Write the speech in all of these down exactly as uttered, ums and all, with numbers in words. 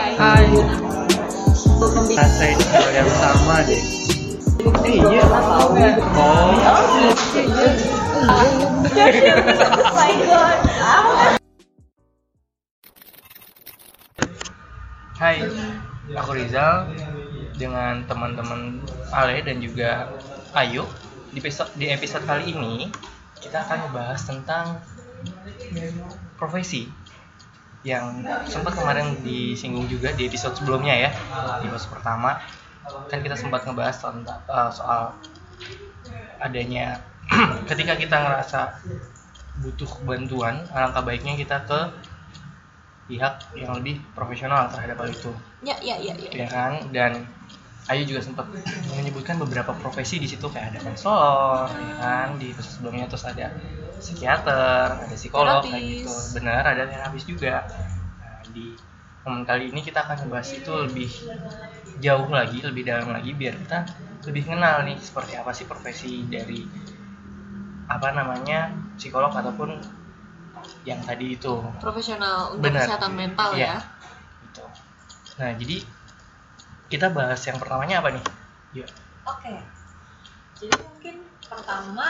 Hai. Hai. Rasain hal yang sama deh. Iya. Oh. My God. Hai, aku Rizal dengan teman-teman Ale dan juga Ayu. Di episode, di episode kali ini kita akan membahas tentang profesi yang sempat kemarin disinggung juga di episode sebelumnya ya. Di episode pertama kan kita sempat ngebahas tentang uh, soal adanya ketika kita ngerasa butuh bantuan, alangkah baiknya kita ke pihak yang lebih profesional terhadap hal itu. Ya, ya, ya, ya. Ya kan? Dan Ayu juga sempat menyebutkan beberapa profesi di situ, kayak ada konselor, ya kan? Di episode sebelumnya terus ada psikiater, ada psikolog, Terapis. kayak gitu. Benar, ada terapis juga. Nah, di momen kali ini kita akan membahas itu lebih jauh lagi, lebih dalam lagi, biar kita lebih kenal nih seperti apa sih profesi dari apa namanya psikolog ataupun yang tadi itu. Profesional untuk Benar. kesehatan mental Iya, ya. gitu. Nah, jadi kita bahas yang pertamanya apa nih? Yuk. Oke, jadi mungkin pertama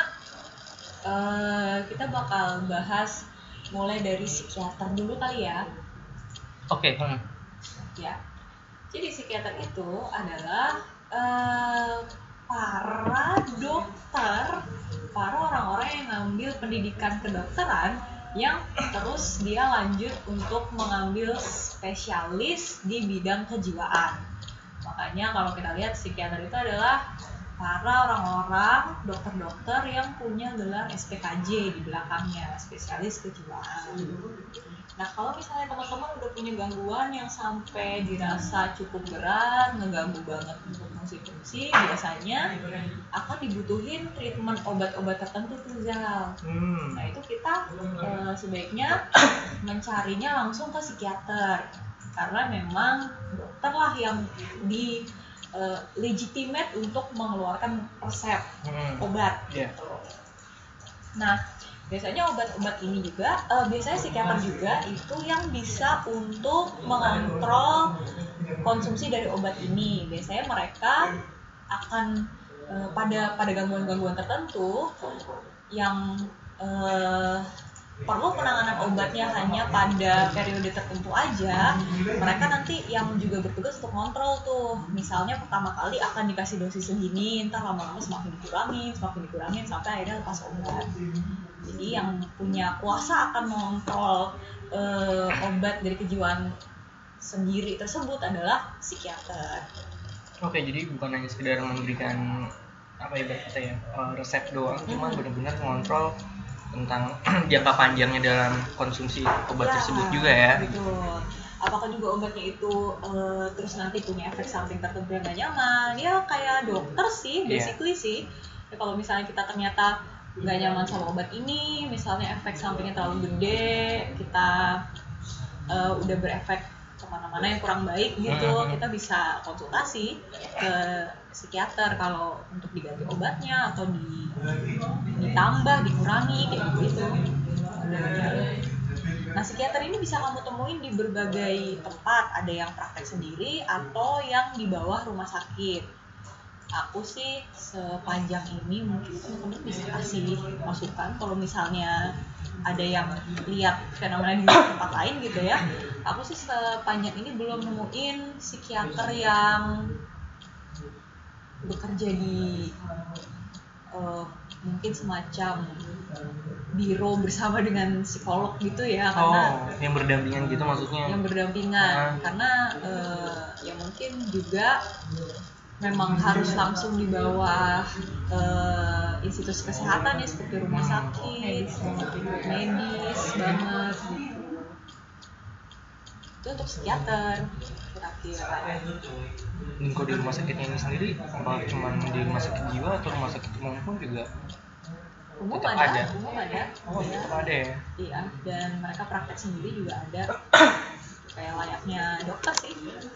uh, kita bakal bahas mulai dari psikiater dulu kali ya. Oke. Hmm. Ya, jadi psikiater itu adalah uh, para dokter, para orang-orang yang ngambil pendidikan kedokteran yang terus dia lanjut untuk mengambil spesialis di bidang kejiwaan. Makanya kalau kita lihat psikiater itu adalah para orang-orang dokter-dokter yang punya gelar S P K J di belakangnya, spesialis kejiwaan. Nah, kalau misalnya teman-teman udah punya gangguan yang sampai dirasa cukup berat, ngeganggu banget untuk fungsi-fungsi, biasanya akan dibutuhin treatment obat-obat tertentu tuh, Zal. Hmm. Nah, itu kita eh, sebaiknya mencarinya langsung ke psikiater. Karena memang dokter lah yang di uh, legitimate untuk mengeluarkan resep Hmm. obat. Yeah. Gitu. Nah, biasanya obat-obat ini juga, uh, biasanya psikiater juga itu yang bisa untuk mengontrol konsumsi dari obat ini. Biasanya mereka akan uh, pada pada gangguan-gangguan tertentu yang uh, perlu penanganan obatnya hanya pada periode tertentu aja, mereka nanti yang juga bertugas untuk kontrol tuh. Misalnya pertama kali akan dikasih dosis segini, ntar lama-lama semakin dikurangin, semakin dikurangin sampai akhirnya lepas obat. Jadi yang punya kuasa akan mengontrol uh, obat dari kejiwaan sendiri tersebut adalah psikiater. Oke, jadi bukan hanya sekedar memberikan apa ya kita ya uh, resep doang, cuma Hmm. benar-benar mengontrol tentang jangka panjangnya dalam konsumsi obat Ya, tersebut juga ya. betul. Apakah juga obatnya itu uh, terus nanti punya efek samping tertentu yang gak nyaman? Ya kayak dokter sih, basically yeah. sih. Ya, kalau misalnya kita ternyata gak nyaman sama obat ini, misalnya efek sampingnya terlalu gede, kita uh, udah berefek kemana-mana yang kurang baik gitu, Mm-hmm. kita bisa konsultasi ke psikiater kalau untuk diganti obatnya atau di, ditambah, dikurangi kayak gitu. Nah, psikiater ini bisa kamu temuin di berbagai tempat, ada yang praktek sendiri atau yang di bawah rumah sakit. Aku sih sepanjang ini mungkin teman-teman bisa kasih masukan kalau misalnya ada yang lihat fenomena di tempat lain gitu ya. Aku sih sepanjang ini belum nemuin psikiater yang bekerja di uh, mungkin semacam biro bersama dengan psikolog gitu ya, karena Oh, yang berdampingan gitu maksudnya? yang berdampingan, Ah. karena uh, ya mungkin juga memang harus langsung di bawah uh, institusi kesehatan ya, seperti rumah sakit, medis banget gitu. Itu untuk psikiater kira-kira. Dan kalau di rumah sakitnya ini sendiri, apa cuma di rumah sakit jiwa atau rumah sakit umum pun juga Umum tetap ada, ada? umum ada. Oh, Ya. tetap ada ya? Iya, dan mereka praktek sendiri juga ada. Kayak layaknya dokter sih.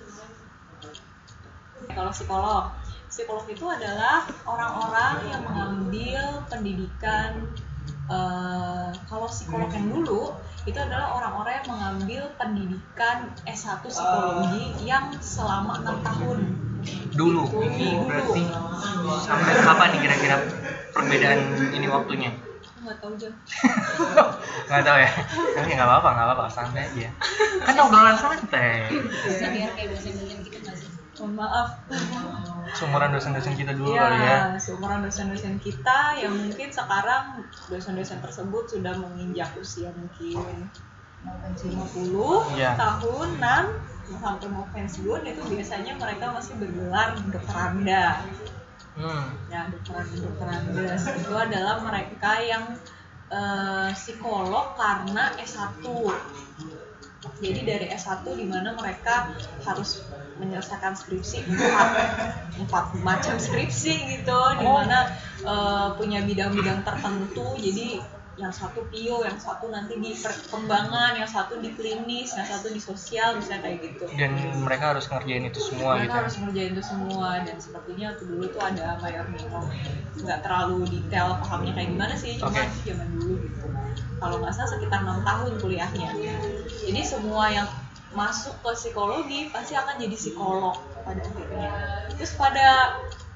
Kalau psikolog, psikolog itu adalah orang-orang yang mengambil pendidikan. Uh, kalau psikolog yang dulu itu adalah orang-orang yang mengambil pendidikan S satu psikologi yang selama enam tahun. Dulu Gitu. ini Dulu. berarti sampai kapan nih kira-kira perbedaan ini waktunya? Nggak tahu Jon. Nggak tahu ya. Tapi nggak apa-apa, nggak apa-apa, santai aja. Kan obrolan santai. Bisa biar kayak dosen-dosen kita nggak sih? Mohon maaf. Seumuran dosen-dosen kita dulu Ya, kali ya. seumuran dosen-dosen kita yang mungkin sekarang dosen-dosen tersebut sudah menginjak usia mungkin lima puluh Iya. tahun, enam sampai mau pensiun, itu biasanya mereka masih bergelar dokteranda. Hmm. Ya, dokteranda dokteranda itu adalah mereka yang eh, psikolog karena S satu. Jadi dari S satu di mana mereka harus menyelesaikan skripsi empat, empat macam skripsi gitu, di mana eh, punya bidang-bidang tertentu. Jadi yang satu pio, yang satu nanti di perkembangan, yang satu di klinis, yang satu di sosial, misalnya kayak gitu. Dan mereka harus ngerjain itu semua Mereka gitu. harus ngerjain itu semua, dan sepertinya tuh dulu tuh ada kayak minum, nggak terlalu detail pahamnya kayak gimana sih, cuma Oke. itu zaman dulu gitu. Kalau nggak salah sekitar enam tahun kuliahnya. Jadi semua yang masuk ke psikologi pasti akan jadi psikolog pada akhirnya. Terus pada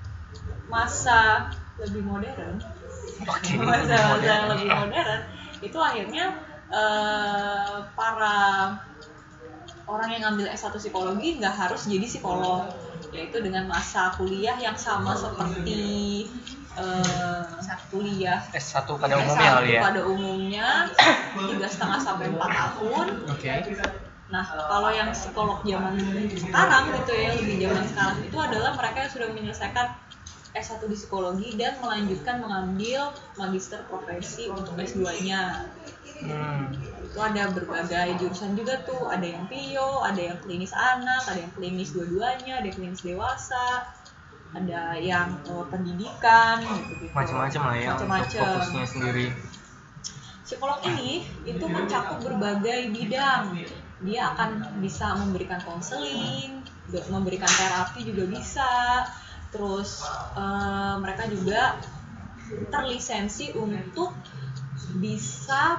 masa lebih modern, Oke. masa-masa yang modern. lebih modern, itu akhirnya eh, para orang yang ngambil S satu psikologi nggak harus jadi psikolog, yaitu dengan masa kuliah yang sama seperti eh, kuliah S satu pada S umumnya satu kali ya. pada umumnya tiga setengah sampai empat tahun. Oke. Nah, kalau yang psikolog zaman sekarang gitu ya, lebih zaman sekarang itu adalah mereka yang sudah menyelesaikan S satu di psikologi dan melanjutkan mengambil magister profesi untuk S dua-nya. Hmm. Itu ada berbagai jurusan juga tuh, ada yang pio, ada yang klinis anak, ada yang klinis dua-duanya, ada yang klinis dewasa, ada yang uh, pendidikan gitu-gitu. Macam-macam lah ya untuk Macam-macam. fokusnya sendiri. Psikolog ini itu mencakup berbagai bidang. Dia akan bisa memberikan konseling, be- memberikan terapi juga bisa. Terus eh, mereka juga terlisensi untuk bisa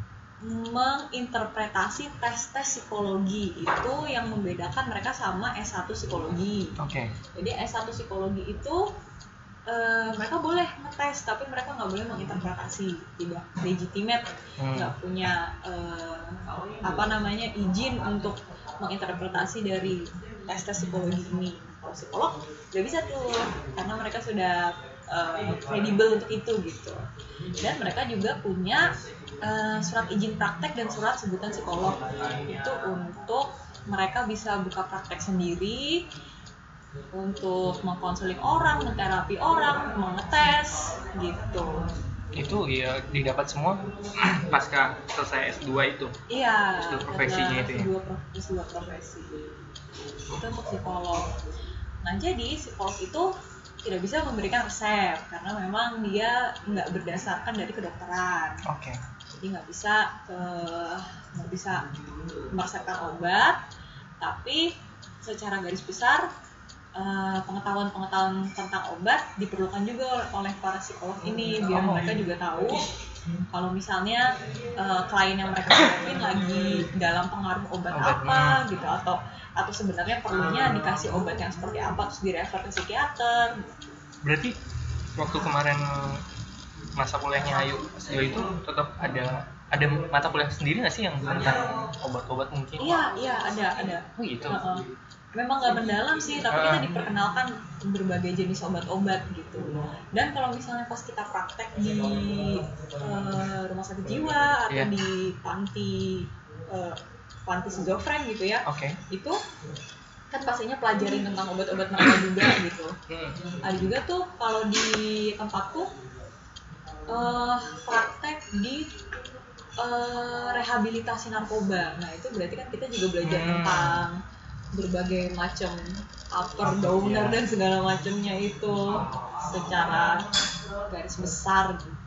menginterpretasi tes-tes psikologi. Itu yang membedakan mereka sama S satu psikologi. Oke. Jadi S satu psikologi itu eh, mereka boleh ngetes, tapi mereka nggak boleh menginterpretasi, tidak legitimate, Hmm. nggak punya eh, apa namanya izin untuk menginterpretasi dari tes-tes psikologi ini. Kalau psikolog nggak bisa tuh, karena mereka sudah eh, kredibel untuk itu gitu. Dan mereka juga punya eh, surat izin praktek dan surat sebutan psikolog, itu untuk mereka bisa buka praktek sendiri, untuk mengkonseling orang, menterapi orang, mengetes gitu. Itu ya didapat semua pasca selesai S dua itu. Iya. S dua profesinya karena itu ya? S dua prof- S dua profesi. Itu untuk psikolog. Nah, jadi psikolog itu tidak bisa memberikan resep karena memang dia nggak berdasarkan dari kedokteran. Oke. Jadi nggak bisa eh, nggak bisa meresepkan obat, tapi secara garis besar eh, pengetahuan-pengetahuan tentang obat diperlukan juga oleh para psikolog ini, biar Oh. mereka juga tahu kalau misalnya eh, klien yang mereka hadapin lagi dalam pengaruh obat, Obat, apa hmm. gitu, atau atau sebenarnya perlunya dikasih obat yang seperti apa, terus direfer ke psikiater. Berarti waktu kemarin masa kuliahnya Ayu S dua itu tetap ada ada mata kuliah sendiri nggak sih yang tentang obat-obat mungkin? Iya, iya ada ada. Oh gitu. Heeh. Memang nggak mendalam sih, tapi kita diperkenalkan berbagai jenis obat-obat gitu. Dan kalau misalnya pas kita praktek di eh, rumah sakit jiwa atau Iya. di panti eh, panti schizofren gitu ya, Oke. itu kan pastinya pelajarin tentang obat-obat mereka juga gitu. Hmm. Ada juga tuh kalau di tempatku eh, praktek di eh, rehabilitasi narkoba. Nah itu berarti kan kita juga belajar Hmm. tentang berbagai macam upper downer dan segala macamnya itu secara garis besar gitu.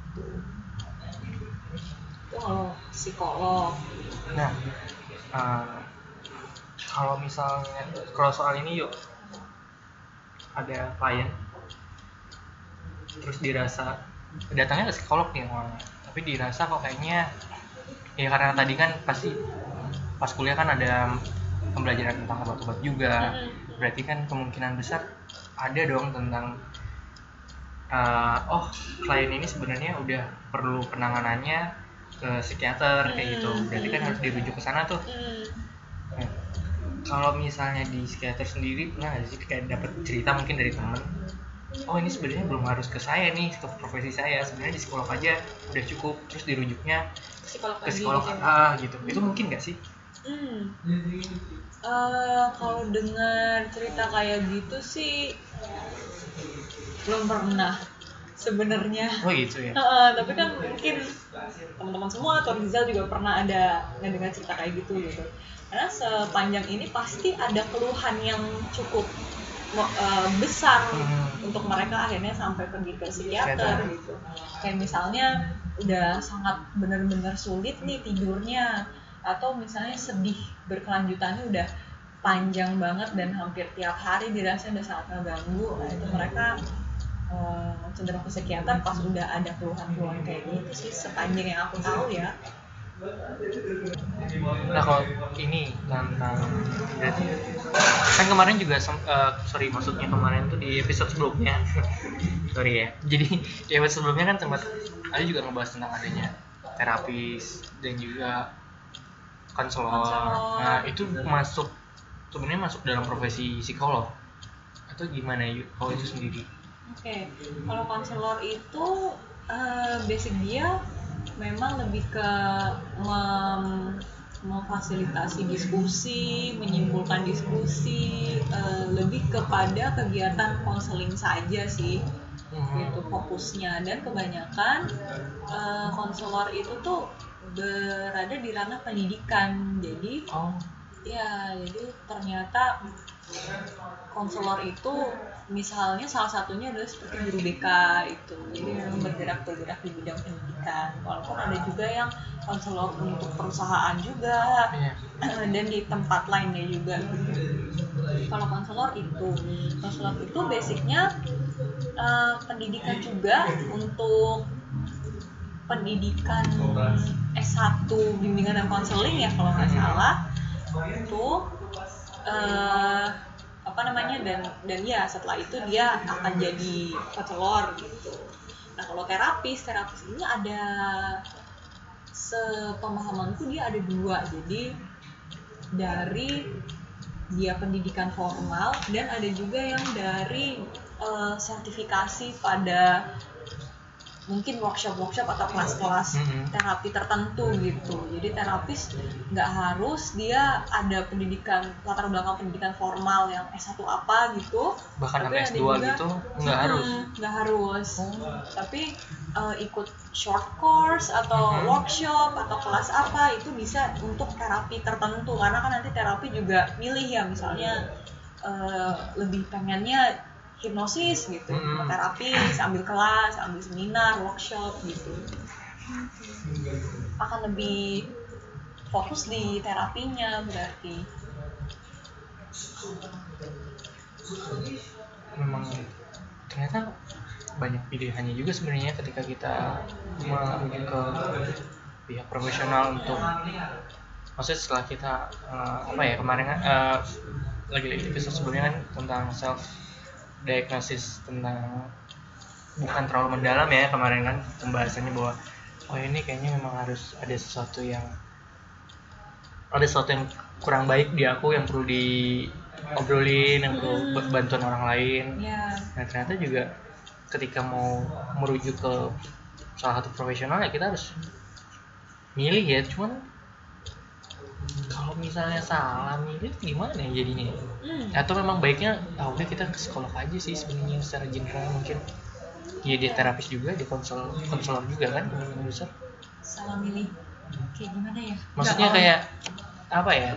Itu kalau psikolog. Nah, uh, kalau misalnya kalau soal ini yuk ada klien terus dirasa datangnya ke psikolog nih orangnya, tapi dirasa kok kayaknya ya karena tadi kan pasti pas kuliah kan ada pembelajaran tentang obat-obat juga, Mm-mm. berarti kan kemungkinan besar ada dong tentang uh, oh klien ini sebenarnya udah perlu penanganannya ke psikiater kayak gitu, berarti kan harus dirujuk ke sana tuh. Mm. Nah, kalau misalnya di psikiater sendiri pernah nggak sih kayak dapat cerita mungkin dari temen, oh ini sebenarnya belum harus ke saya nih, ke profesi saya, sebenarnya di psikolog aja udah cukup, terus dirujuknya Psikolog ke lagi psikolog gitu. ah gitu, itu mungkin nggak sih? Hmm. Eh, kalau dengar cerita kayak gitu sih belum pernah sebenarnya. Oh gitu ya. Heeh, tapi kan mungkin teman-teman semua atau Rizal juga pernah ada ngedengar cerita kayak gitu gitu. Karena sepanjang ini pasti ada keluhan yang cukup uh, besar Hmm. untuk mereka akhirnya sampai pergi ke psikiater Psikiater. gitu. Kayak misalnya udah sangat benar-benar sulit nih tidurnya, atau misalnya sedih berkelanjutannya udah panjang banget dan hampir tiap hari dirasa udah sangat ngeganggu. Nah itu mereka uh, cenderung ke psikiater pas udah ada keluhan-keluhan kayak gitu sih, sepanjang yang aku tahu ya. Nah kalau ini tentang berarti kan kemarin juga sem- uh, sorry maksudnya kemarin tuh di episode sebelumnya sorry ya, jadi di episode sebelumnya kan sempat ada juga ngebahas tentang adanya terapis dan juga konselor. Konselor. Nah itu masuk sebenarnya masuk dalam profesi psikolog atau gimana yuk kalau itu sendiri? Oke, kalau konselor itu uh, basic dia memang lebih ke mem- memfasilitasi diskusi, menyimpulkan diskusi, uh, lebih kepada kegiatan konseling saja sih, gitu fokusnya. Dan kebanyakan uh, konselor itu tuh berada di ranah pendidikan, jadi Oh. ya jadi ternyata konselor itu misalnya salah satunya adalah seperti guru B K itu, jadi memang bergerak-bergerak di bidang pendidikan. Walaupun ada juga yang konselor untuk perusahaan juga Yeah. dan di tempat lainnya juga gitu. Kalau konselor itu, konselor itu basicnya uh, pendidikan juga untuk pendidikan S satu bimbingan dan konseling ya kalau nggak salah. Itu uh, apa namanya dan dan ya setelah itu dia akan jadi konselor gitu. Nah kalau terapis terapis ini ada sepemahamanku dia ada dua, jadi dari dia pendidikan formal dan ada juga yang dari uh, sertifikasi pada mungkin workshop-workshop atau kelas-kelas Mm-hmm. terapi tertentu gitu. Jadi terapis nggak harus dia ada pendidikan latar belakang pendidikan formal yang S satu apa gitu. Bahkan Tapi sampai ada S dua juga, gitu nggak hmm, harus. Nggak harus. Tapi uh, ikut short course atau Mm-hmm. workshop atau kelas apa itu bisa untuk terapi tertentu, karena kan nanti terapi juga milih ya, misalnya uh, lebih pengennya hipnosis gitu, Hmm. terapi sambil kelas, ambil seminar, workshop gitu, akan lebih fokus di terapinya berarti. Memang ternyata banyak pilihannya juga sebenarnya ketika kita menuju ke pihak profesional untuk maksudnya setelah kita uh, apa ya kemarin kan uh, lagi episode sebelumnya kan tentang self diagnosis, tentang bukan terlalu mendalam ya kemarin kan pembahasannya bahwa oh ini kayaknya memang harus ada sesuatu yang ada sesuatu yang kurang baik di aku yang perlu diobrolin, yang perlu Hmm. bantuan orang lain. Ya, Nah ternyata juga ketika mau merujuk ke salah satu profesional ya kita harus milih ya, cuman kalau misalnya salah milih gimana ya jadinya? hmm. Atau memang baiknya ah udah kita ke psikolog aja sih sebenarnya secara general mungkin. Iya dia terapis juga, dia konsel konselor juga kan kemungkinan besar. Salah milih kayak gimana ya? Maksudnya Nggak, kayak apa ya?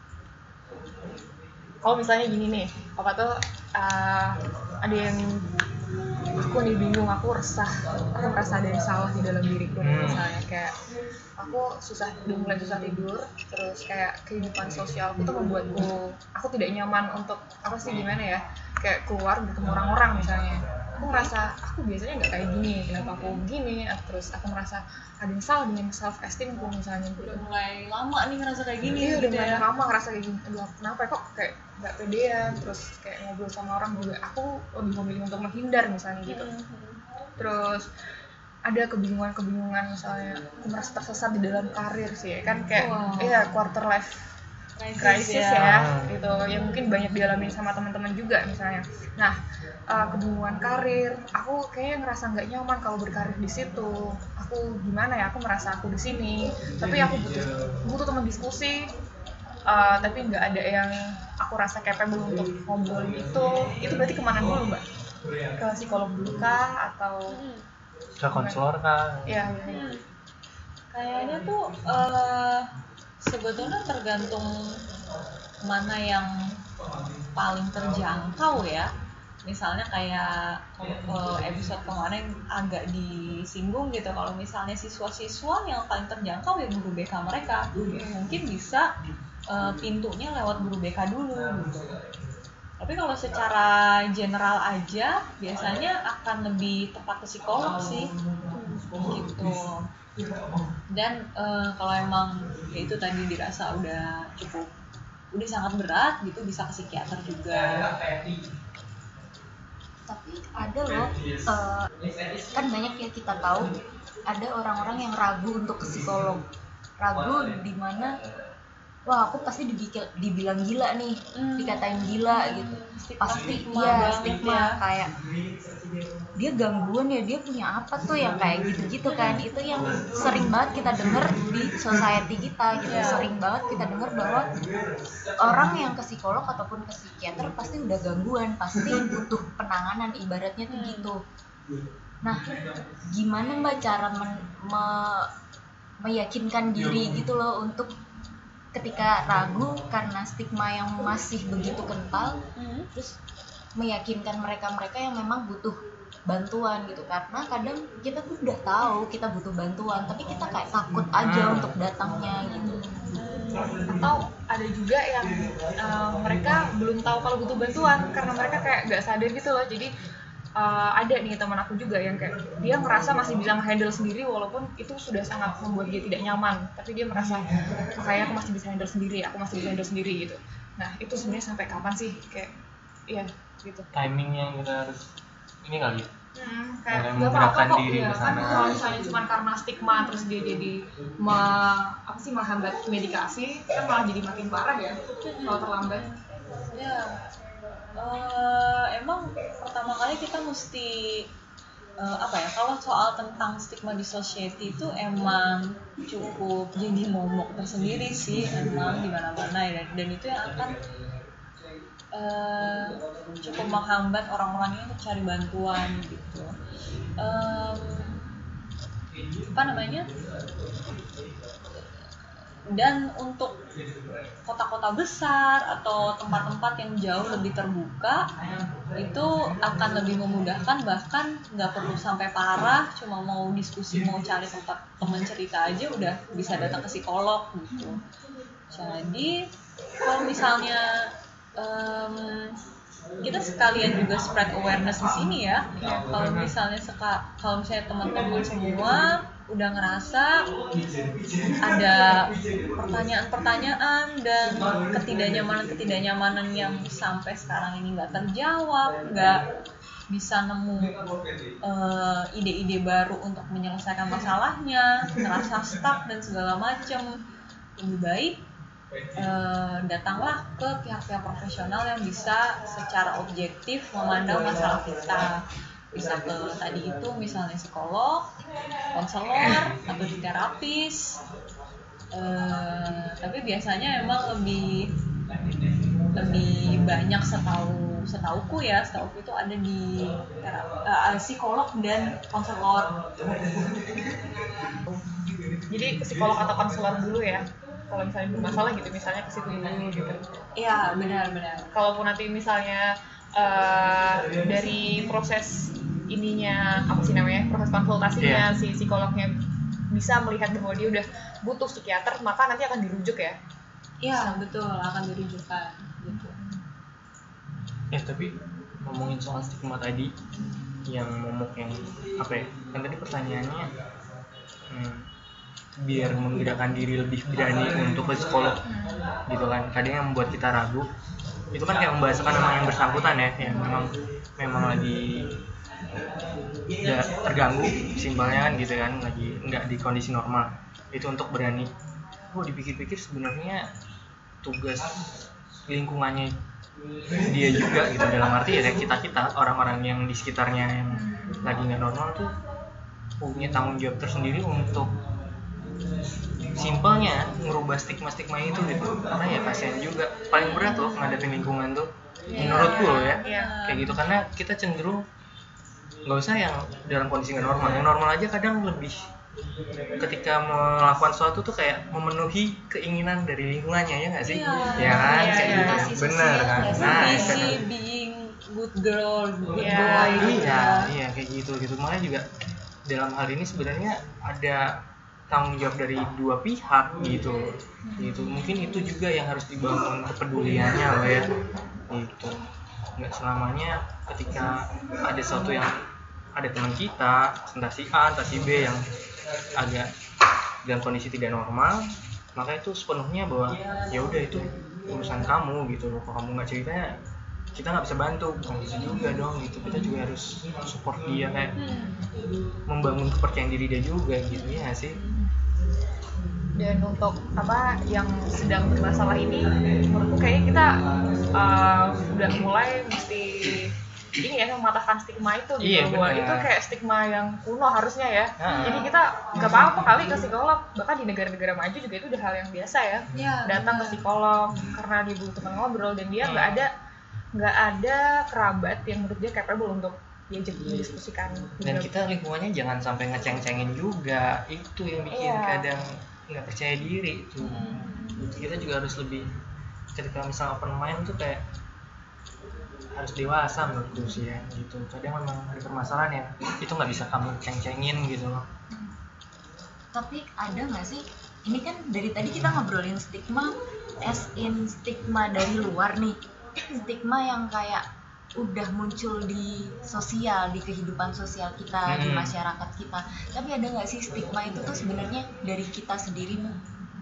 Kalau misalnya gini nih, apa tuh uh, ada yang aku nih bingung, aku resah, aku merasa ada yang salah di dalam diriku nih, Hmm. misalnya kayak aku susah, udah mulai susah tidur, terus kayak kehidupan sosialku tuh membuatku, aku tidak nyaman untuk apa sih gimana ya, kayak keluar ketemu orang-orang misalnya, aku ngerasa aku biasanya nggak kayak gini, kenapa aku begini, terus aku merasa ada yang salah dengan self esteemku misalnya gitu. Udah mulai lama nih ngerasa kayak gini Iya, gitu udah ya. lama ngerasa kayak gini, aduh kenapa kok kayak nggak pedean, terus kayak ngobrol sama orang juga aku lebih memilih untuk menghindar misalnya gitu. Terus ada kebingungan-kebingungan misalnya aku merasa tersesat di dalam karir sih kan kayak Wow. iya quarter life crisis ya, gitu yang mungkin banyak dialami sama teman-teman juga misalnya. Nah, uh, kebingungan karir, aku kayak ngerasa nggak nyaman kalau berkarir di situ. Aku gimana ya? Aku merasa aku di sini, tapi aku butuh butuh teman diskusi. Uh, tapi nggak ada yang aku rasa capable untuk ngobrol itu. Itu berarti kemana dulu, Mbak? Ke psikolog dulu kah atau Ke konselor kah? ya? ya. Hmm. Kayaknya tuh uh, sebetulnya tergantung mana yang paling terjangkau ya. Misalnya kayak uh, episode kemarin agak disinggung gitu, kalau misalnya siswa-siswa yang paling terjangkau ya guru B K mereka, mungkin bisa uh, pintunya lewat guru B K dulu gitu. Tapi kalau secara general aja biasanya akan lebih tepat ke psikolog sih gitu. Dan uh, kalau emang ya itu tadi dirasa udah cukup udah sangat berat gitu bisa ke psikiater juga. Tapi ada loh, uh, kan banyak ya kita tahu ada orang-orang yang ragu untuk ke psikolog, ragu di mana wah aku pasti dibilang, dibilang gila nih, Hmm. dikatain gila gitu, Stigma- pasti stigma iya banget stigma ya. kayak dia gangguan ya, dia punya apa tuh yang kayak gitu-gitu kan. Itu yang sering banget kita denger di society kita gitu. Yeah. Sering banget kita denger bahwa orang yang ke psikolog ataupun ke psikiater pasti udah gangguan, pasti butuh penanganan, ibaratnya tuh gitu. Nah, gimana Mbak cara men- me- meyakinkan diri gitu loh untuk ketika ragu karena stigma yang masih begitu kental, Hmm. terus meyakinkan mereka-mereka yang memang butuh bantuan gitu. Karena kadang kita tuh udah tahu kita butuh bantuan, tapi kita kayak takut aja untuk datangnya gitu. Atau ada juga yang uh, mereka belum tahu kalau butuh bantuan karena mereka kayak nggak sadar gitu loh. Jadi uh, ada nih teman aku juga yang kayak dia merasa masih bisa handle sendiri walaupun itu sudah sangat membuat dia tidak nyaman, tapi dia merasa oh, kayak aku masih bisa handle sendiri, aku masih bisa handle sendiri gitu. Nah itu sebenarnya sampai kapan sih kayak iya gitu. Timingnya kita harus ini kali ya. Hmm, Mulai kayak nggak menggerakkan apa-apa kok diri ya, ke kan sana. kalau misalnya cuma karena stigma terus dia jadi me, apa sih menghambat medikasi kan malah jadi makin parah ya kalau terlambat. Ya, uh, emang pertama kali kita mesti uh, apa ya? Kalau soal tentang stigma di society itu emang cukup jadi momok tersendiri sih, emang di mana-mana ya. Dan itu yang akan uh, cukup menghambat orang-orang yang untuk cari bantuan gitu. Um, apa namanya? Dan untuk kota-kota besar atau tempat-tempat yang jauh lebih terbuka itu akan lebih memudahkan, bahkan nggak perlu sampai parah, cuma mau diskusi, mau cari tempat teman cerita aja udah bisa datang ke psikolog gitu. Jadi kalau misalnya um, kita sekalian juga spread awareness di sini ya, kalau misalnya seka, kalau misalnya teman-teman semua udah ngerasa ada pertanyaan-pertanyaan dan ketidaknyamanan-ketidaknyamanan yang sampai sekarang ini nggak terjawab, nggak bisa nemu uh, ide-ide baru untuk menyelesaikan masalahnya, ngerasa stuck dan segala macam, lebih baik uh, datanglah ke pihak-pihak profesional yang bisa secara objektif memandang masalah kita. Bisa ke tadi itu misalnya psikolog, konselor atau terapis. Uh, tapi biasanya emang lebih lebih banyak setahu setauku ya, setauku itu ada di uh, psikolog dan konselor. Jadi ke psikolog atau konselor dulu ya kalau misalnya bermasalah gitu, misalnya ke situ dulu gitu. Iya, benar-benar. Kalaupun nanti misalnya uh, dari proses ininya apa sih namanya proses konsultasinya yeah. si psikolognya bisa melihat bahwa dia udah butuh psikiater, maka nanti akan dirujuk ya. Iya, betul, akan dirujukan gitu. Ya tapi ngomongin soal stigma tadi, yang momok yang apa ya, kan tadi pertanyaannya hmm, biar menggerakkan diri lebih berani untuk ke psikolog gitu kan, kadang yang membuat kita ragu itu kan kayak membahasakan nama yang bersangkutan ya, yang memang memang lagi ya terganggu simpelnya kan gitu kan, lagi nggak di kondisi normal, itu untuk berani. Oh dipikir-pikir sebenarnya tugas lingkungannya dia juga gitu, dalam arti ya kita kita orang-orang yang di sekitarnya yang lagi nggak normal tuh punya tanggung jawab tersendiri untuk simpelnya ngerubah stigma-stigma itu gitu, karena ya kasihan juga, paling berat loh ngadepin lingkungan tuh menurutku loh ya, kayak gitu, karena kita cenderung nggak usah yang dalam kondisi nggak normal, yang normal aja kadang lebih ketika melakukan sesuatu tuh kayak memenuhi keinginan dari lingkungannya, ya nggak sih? Iya. Ya kan, Iya, kayak iya. gitu, Kasih bener sosial kan? nggak sih? Nah, Busy bener. being good girl, good Iya, boy gitu Iya, ya. iya kayak gitu gitu. Makanya juga dalam hal ini sebenarnya ada tanggung jawab dari dua pihak gitu, gitu. Mungkin itu juga yang harus dibangun kepeduliannya loh ya, gitu. Nggak selamanya ketika ada sesuatu yang ada teman kita, entah si A, entah si B yang agak dalam kondisi tidak normal, maka itu sepenuhnya bahwa ya udah itu urusan kamu gitu loh. Kalau kamu nggak ceritanya, kita nggak bisa bantu, bukan gitu juga dong gitu. Kita juga harus support dia, kayak membangun kepercayaan diri dia juga gitu ya nggak sih. Dan untuk apa yang sedang bermasalah ini, menurutku kayaknya kita uh, udah mulai mesti ini ya, mematahkan stigma itu gitu. Iya, bahwa benar. itu kayak stigma yang kuno harusnya ya. Ah. Jadi kita nggak apa-apa kali ke psikolog, bahkan di negara-negara maju juga itu udah hal yang biasa ya. Iya, Datang ke benar. psikolog karena dia butuh teman ngobrol, dan dia nggak ada nggak ada kerabat yang menurut dia capable untuk diajak didiskusikan. Dan kita lingkungannya jangan sampai ngeceng-cengin juga, itu yang bikin Iya. kadang nggak percaya diri tuh. Kita juga harus lebih, ketika misalnya open mind tuh kayak harus dewasa menurutku sih ya gitu. Kadang memang ada permasalahan ya, itu nggak bisa kamu ceng-cengin gitu loh. Tapi ada nggak sih, ini kan dari tadi kita ngobrolin stigma as in stigma dari luar nih, stigma yang kayak udah muncul di sosial, di kehidupan sosial kita, di Hmm. masyarakat kita. Tapi ada nggak sih stigma itu tuh sebenarnya dari kita sendiri nih?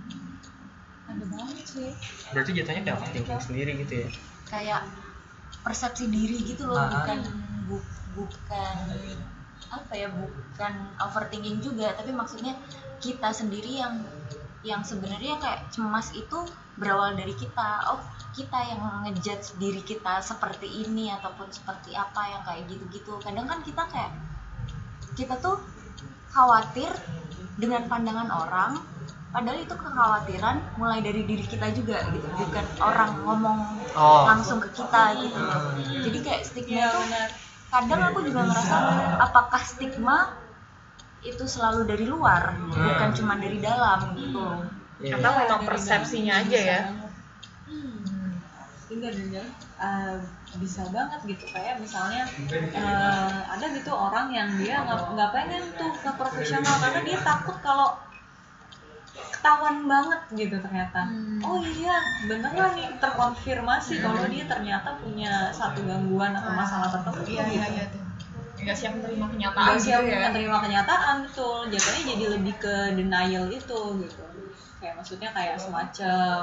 Ada banget sih. Berarti jatuhnya kayak overthinking sendiri gitu ya. Kayak persepsi diri gitu loh, Ah. bukan bu- bukan apa ya, bukan overthinking juga, tapi maksudnya kita sendiri yang yang sebenarnya kayak cemas itu berawal dari kita. Oh, kita yang ngejudge diri kita seperti ini ataupun seperti apa, yang kayak gitu-gitu. Kadang kan kita kayak kita tuh khawatir dengan pandangan orang, padahal itu kekhawatiran mulai dari diri kita juga gitu, bukan orang ngomong Oh. langsung ke kita gitu. Jadi kayak stigma Iya, itu benar. kadang aku juga ngerasa, apakah stigma itu selalu dari luar, bukan cuma dari dalam gitu. Iya. Atau memang Dari persepsinya dalam aja bisa ya. banget. Hmm. Bener bener. Uh, bisa banget gitu, kayak misalnya uh, ada gitu orang yang dia nggak nggak pengen tuh ke profesional karena dia takut kalau ketahuan banget gitu ternyata. Hmm. Oh iya beneran nih terkonfirmasi kalau dia ternyata punya satu gangguan atau masalah tertentu Iya, gitu. iya, iya tuh. Nggak siap menerima kenyataan Nggak siap gitu ya. menerima kenyataan, betul. Jatuhnya jadi lebih ke denial itu gitu. Kayak maksudnya kayak semacam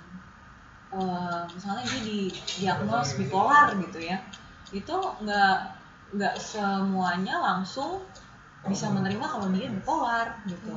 uh, misalnya dia di diagnos bipolar gitu ya. Itu nggak nggak semuanya langsung bisa menerima kalau dia bipolar gitu.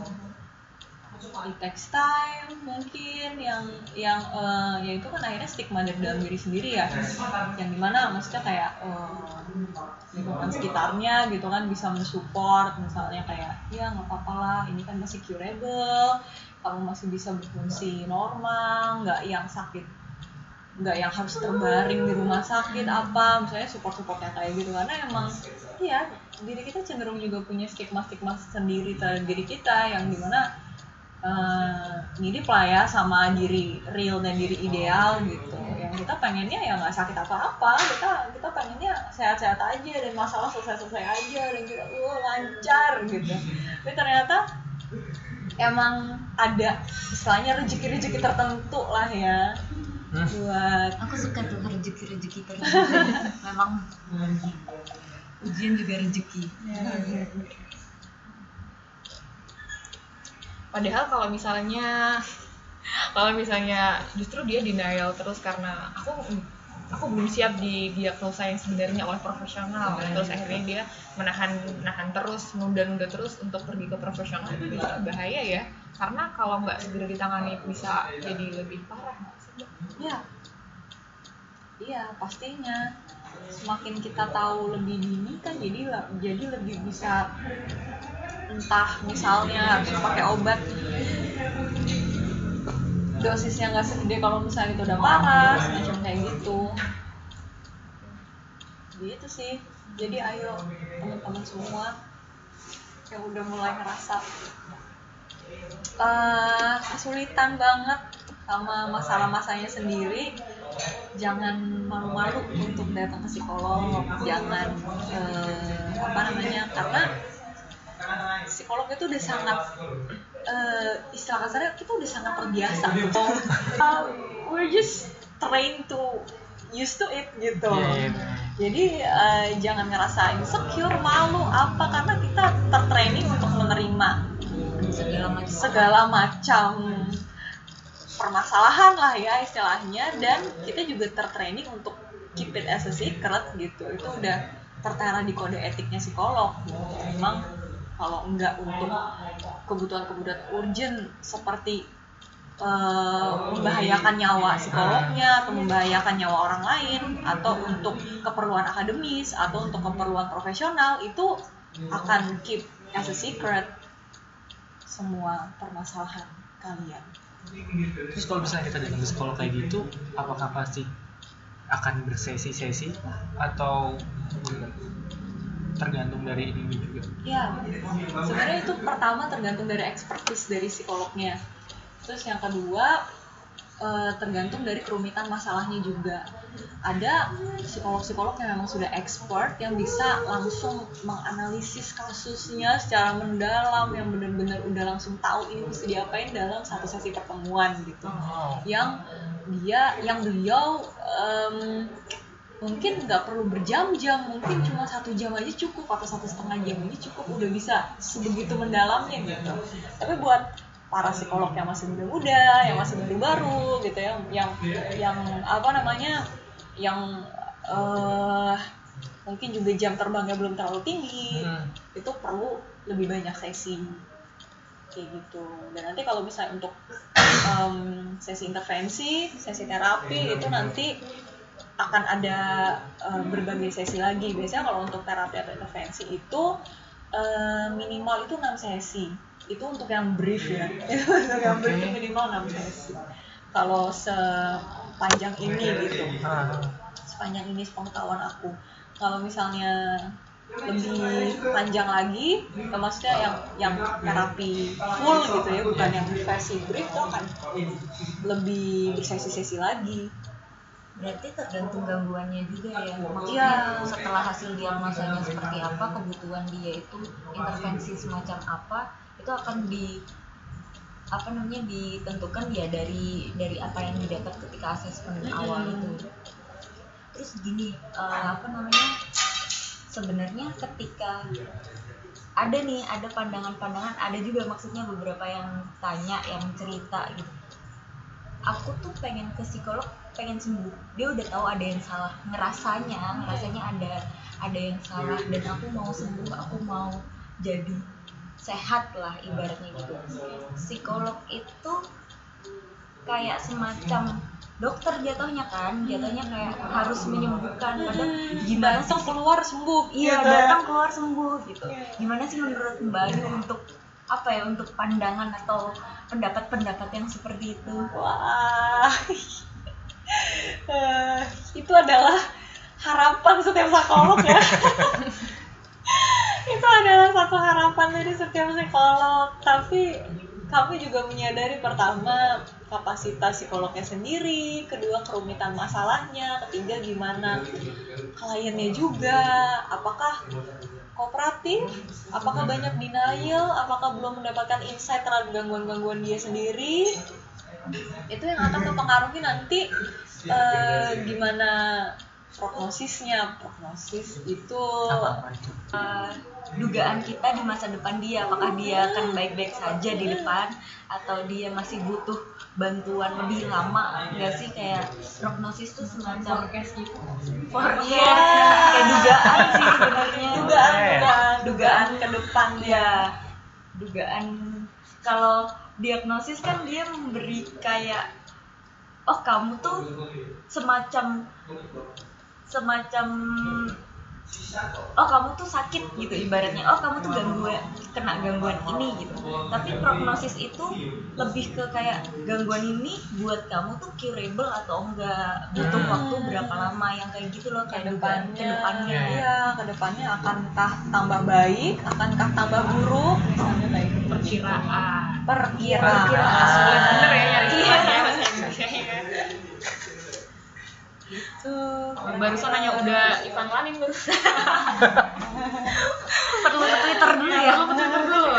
It takes time mungkin, yang yang uh, ya itu kan akhirnya stigma dari dalam diri sendiri ya, yang dimana maksudnya kayak uh, lingkungan sekitarnya gitu kan bisa mensupport, misalnya kayak ya nggak apa-apa lah, ini kan masih curable, kamu masih bisa berfungsi normal, nggak yang sakit, nggak yang harus terbaring di rumah sakit apa, misalnya support-supportnya kayak gitu. Karena emang iya diri kita cenderung juga punya stigma-stigma sendiri terhadap diri kita, yang dimana Uh, mirip lah ya sama diri real dan diri ideal gitu. Yang kita pengennya ya nggak sakit apa-apa, kita kita pengennya sehat-sehat aja dan masalah selesai-selesai aja dan kita uh, lancar gitu. Tapi ternyata emang ada istilahnya rezeki-rezeki tertentu lah ya buat Aku suka tuh rezeki-rezeki tertentu. Memang Ujian juga rezeki. Padahal kalau misalnya kalau misalnya justru dia denial terus karena aku aku belum siap di diagnosa yang sebenarnya oleh profesional, terus akhirnya dia menahan menahan terus, nunda-nunda terus untuk pergi ke profesional, itu juga bahaya ya, karena kalau nggak segera ditangani bisa jadi lebih parah. Iya, iya pastinya. Semakin kita tahu lebih dini kan jadi jadi lebih bisa, entah misalnya harus pakai obat dosisnya nggak segede kalau misalnya itu udah parah, semacam kayak gitu. Gitu sih. Jadi ayo teman-teman semua yang udah mulai ngerasa uh, kesulitan banget sama masalah-masalahnya sendiri, jangan malu-malu untuk datang ke psikolog, jangan uh, apa namanya, karena psikolog itu udah sangat uh, istilah kasarnya kita udah sangat terbiasa. uh, we're just trained to used to it gitu. Yeah, yeah. Jadi uh, jangan ngerasa insecure, malu apa, karena kita tertraining untuk menerima segala macam segala macam permasalahan lah ya istilahnya, dan kita juga tertraining untuk keep it as a secret gitu. Itu udah tertera di kode etiknya psikolog gitu. Memang kalau enggak untuk kebutuhan-kebutuhan urgent seperti uh, membahayakan nyawa psikolognya atau membahayakan nyawa orang lain, atau untuk keperluan akademis atau untuk keperluan profesional, itu akan keep as a secret semua permasalahan kalian. Terus kalau misalnya kita datang ke psikolog kayak gitu, apakah pasti akan bersesi-sesi atau tergantung dari ini juga? Ya, sebenarnya itu pertama tergantung dari expertise dari psikolognya. Terus yang kedua eh, tergantung dari kerumitan masalahnya juga. Ada psikolog-psikolog yang memang sudah expert, yang bisa langsung menganalisis kasusnya secara mendalam, yang benar-benar udah langsung tahu ini mesti diapain dalam satu sesi pertemuan gitu. Yang dia, yang beliau um, mungkin nggak perlu berjam-jam, mungkin cuma satu jam aja cukup atau satu setengah jam aja cukup, udah bisa sebegitu mendalamnya gitu. Tapi buat para psikolog yang masih muda-muda, yang masih baru-baru gitu ya, yang yang apa namanya, yang uh, mungkin juga jam terbangnya belum terlalu tinggi, hmm. itu perlu lebih banyak sesi kayak gitu. Dan nanti kalau misalnya untuk um, sesi intervensi, sesi terapi, itu nanti akan ada uh, berbagai sesi lagi. Biasanya kalau untuk terapi atau intervensi itu uh, minimal itu enam sesi. Itu untuk yang brief ya. Untuk yang brief itu minimal enam sesi. Kalau sepanjang ini gitu. Sepanjang ini sepengetahuan aku. Kalau misalnya lebih panjang lagi, maksudnya yang yang terapi full gitu ya, bukan yang versi brief, itu akan lebih bersesi-sesi lagi. Berarti tergantung gangguannya juga ya, maksudnya ya. Setelah hasil diagnosanya seperti apa, kebutuhan dia itu intervensi semacam apa, itu akan di apa namanya ditentukan ya dari dari apa yang didapat ketika asesmen awal itu. Terus gini, uh, apa namanya sebenarnya ketika ada nih ada pandangan-pandangan, ada juga maksudnya beberapa yang tanya, yang cerita gitu, aku tuh pengen ke psikolog, pengen sembuh, dia udah tahu ada yang salah, ngerasanya ngerasanya ada ada yang salah, dan aku mau sembuh, aku mau jadi sehat lah ibaratnya gitu. Psikolog itu kayak semacam dokter jatuhnya kan, jatuhnya kayak harus menyembuhkan, padahal gimana sih keluar sembuh, iya datang keluar sembuh gitu. Gimana sih menurut Mbak Ayu untuk apa ya, untuk pandangan atau pendapat-pendapat yang seperti itu? Wah, uh, itu adalah harapan setiap psikolog ya. Itu adalah satu harapan dari setiap psikolog. Tapi kami juga menyadari, pertama kapasitas psikolognya sendiri, kedua kerumitan masalahnya, ketiga gimana kliennya juga, apakah kooperatif, apakah banyak denial, apakah belum mendapatkan insight terhadap gangguan-gangguan dia sendiri. Itu yang akan mempengaruhi nanti uh, gimana prognosisnya. Prognosis itu Apa apa itu? Eh, dugaan kita di masa depan dia, apakah dia akan baik-baik saja di depan atau dia masih butuh bantuan lebih lama, enggak sih? Kayak prognosis itu semacam forecast gitu. forecast, Iya. kayak dugaan sih sebenarnya. dugaan Eh. dugaan dugaan ke depan ya. Ya, dugaan. Kalau diagnosis kan dia memberi kayak, oh kamu tuh semacam semacam oh kamu tuh sakit gitu ibaratnya, oh kamu tuh gangguan, kena gangguan ini gitu. Tapi prognosis itu lebih ke kayak gangguan ini buat kamu tuh curable atau enggak, butuh Hmm. waktu berapa lama, yang kayak gitu loh, kayak dugaan ke depannya. Iya, ke depannya akankah tambah baik, akankah tambah buruk, misalnya kayak gitu. Perkiraan. Perkiraan. Sulit bener ya nyari Iya. istilahnya bahasa Indonesia ya. Itu Barusan nanya udah Ivan Lanin barusan. Perlu ke Twitter dulu ya. Perlu Twitter dulu.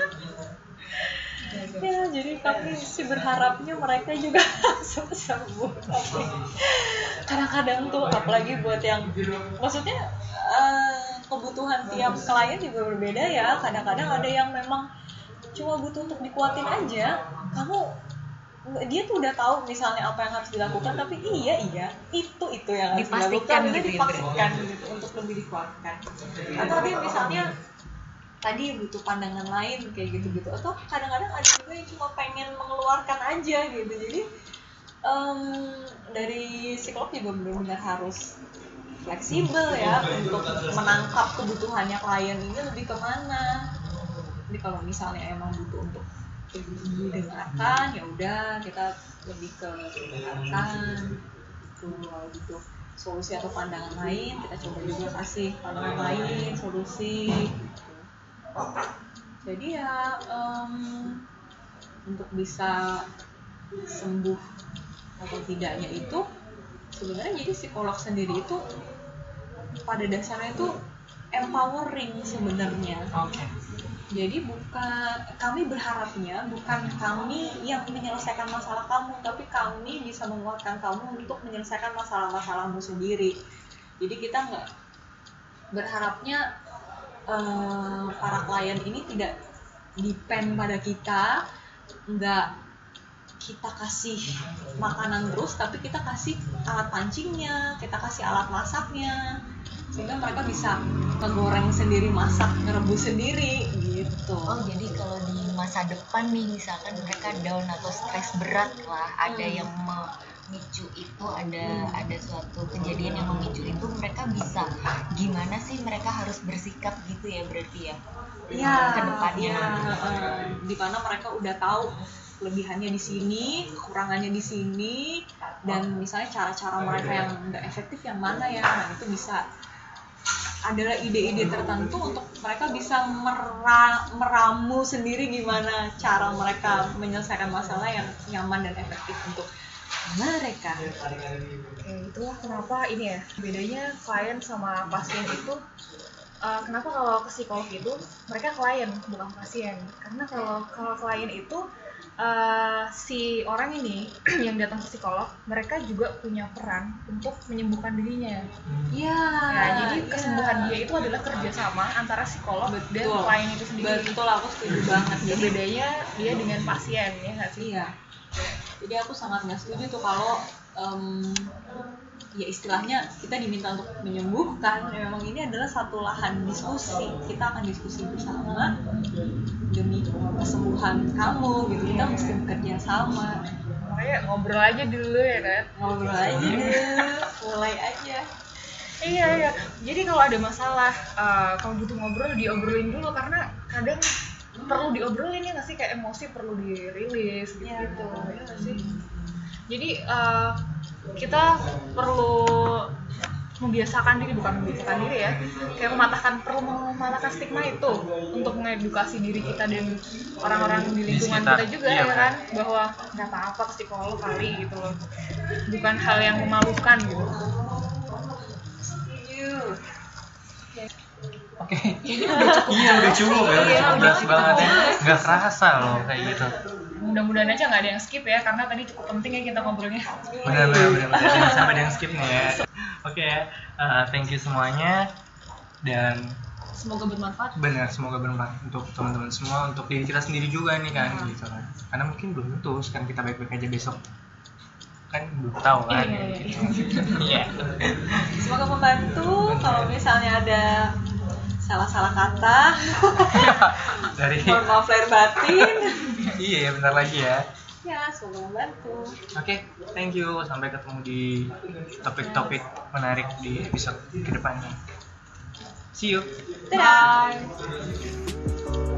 ya, jadi kami sih berharapnya mereka juga langsung sembuh. Tapi kadang-kadang tuh apalagi buat yang maksudnya eh, kebutuhan tiap klien juga berbeda ya. Kadang-kadang ada yang memang cuma butuh untuk dikuatin aja. Kamu dia tuh udah tahu misalnya apa yang harus dilakukan, tapi iya iya itu itu yang harus Dipastikan dilakukan, gitu itu ya, dipastikan gitu untuk lebih dikuatkan. Atau dia misalnya tadi butuh pandangan lain kayak gitu-gitu, atau kadang-kadang ada juga yang cuma pengen mengeluarkan aja gitu. Jadi em, dari psikolog juga benar-benar harus fleksibel ya untuk menangkap kebutuhannya klien ini lebih kemana. Jadi kalau misalnya emang butuh untuk didengarkan, ya udah kita lebih ke dengarkan. Itu kalau butuh solusi atau pandangan lain, kita coba juga kasih pandangan lain, solusi. Gitu. Jadi ya em, untuk bisa sembuh atau tidaknya itu sebenarnya jadi psikolog sendiri itu pada dasarnya itu empowering sebenarnya. Oke. Jadi bukan, kami berharapnya bukan kami yang menyelesaikan masalah kamu, tapi kami bisa menguatkan kamu untuk menyelesaikan masalah-masalahmu sendiri. Jadi kita nggak berharapnya eh, para klien ini tidak depend pada kita, nggak kita kasih makanan terus, tapi kita kasih alat pancingnya, kita kasih alat masaknya, sehingga mereka bisa ngegoreng sendiri, masak, ngerebus sendiri gitu. Oh, jadi kalau di masa depan nih misalkan mereka down atau stres berat lah, ada Hmm. yang memicu itu, ada Hmm. ada suatu kejadian yang memicu itu, mereka bisa gimana sih mereka harus bersikap gitu ya berarti ya? Iya, ke depannya. ya, uh, di mana mereka udah tahu kelebihannya di sini, kekurangannya di sini, dan misalnya cara-cara mereka yang nggak efektif yang mana ya, nah itu bisa adalah ide-ide tertentu untuk mereka bisa mera- meramu sendiri gimana cara mereka menyelesaikan masalah yang nyaman dan efektif untuk mereka. Oke, itulah kenapa ini ya bedanya klien sama pasien itu. Uh, kenapa kalau ke psikolog itu mereka klien bukan pasien? Karena kalau kalau klien itu uh, si orang ini yang datang ke psikolog, mereka juga punya peran untuk menyembuhkan dirinya. Iya. Nah, jadi iya. kesembuhan dia itu adalah kerjasama antara psikolog dan Betul. klien itu sendiri. Betul, aku setuju banget. Jadi bedanya dia dengan pasien ya nggak sih? Iya. Jadi aku sangat nggak setuju tuh kalau em, ya istilahnya kita diminta untuk menyembuhkan. Memang ini adalah satu lahan diskusi. Kita akan diskusi bersama demi kesembuhan kamu gitu. Kita mesti bekerja sama. Makanya ngobrol aja dulu ya kan. Ngobrol aja deh, mulai aja. Iya iya. Jadi kalau ada masalah, uh, kalau butuh ngobrol diobrolin dulu karena kadang perlu diobrolin ya nggak sih, kayak emosi perlu dirilis gitu gitu. Iya. Ya nggak sih. Jadi uh, kita perlu membiasakan diri, bukan membiasakan diri ya, kayak mematahkan, perlu mematahkan stigma itu untuk mengedukasi diri kita dan orang-orang di lingkungan Di sekitar. kita juga Iya, ya benar. kan, bahwa nggak apa-apa ke psikolog kali gitu loh, bukan hal yang memalukan gitu. Setuju. Oke. Iya udah cukup ya, udah Iya, cukup udah berat cukup. banget ya. Nggak kerasa loh kayak gitu. Mudah-mudahan aja nggak ada yang skip ya, karena tadi cukup penting ya kita ngobrolnya. Benar-benar benar-benar jangan sampai ada yang skip nih ya. Oke ya, uh, thank you semuanya dan Semoga bermanfaat. benar semoga bermanfaat untuk teman-teman semua, untuk diri kita sendiri juga nih kan gitu kan. Karena mungkin belum tentu sekarang kita baik-baik aja, besok kan belum tahu kan. Iya, iya, gitu. Iya. Semoga membantu. Kalau misalnya ada salah-salah kata, Dari mohon maaf lahir batin. iya ya, bentar lagi ya. Ya, semoga membantu. Oke, thank you. Sampai ketemu di topik-topik menarik di episode kedepannya. See you. Dadah.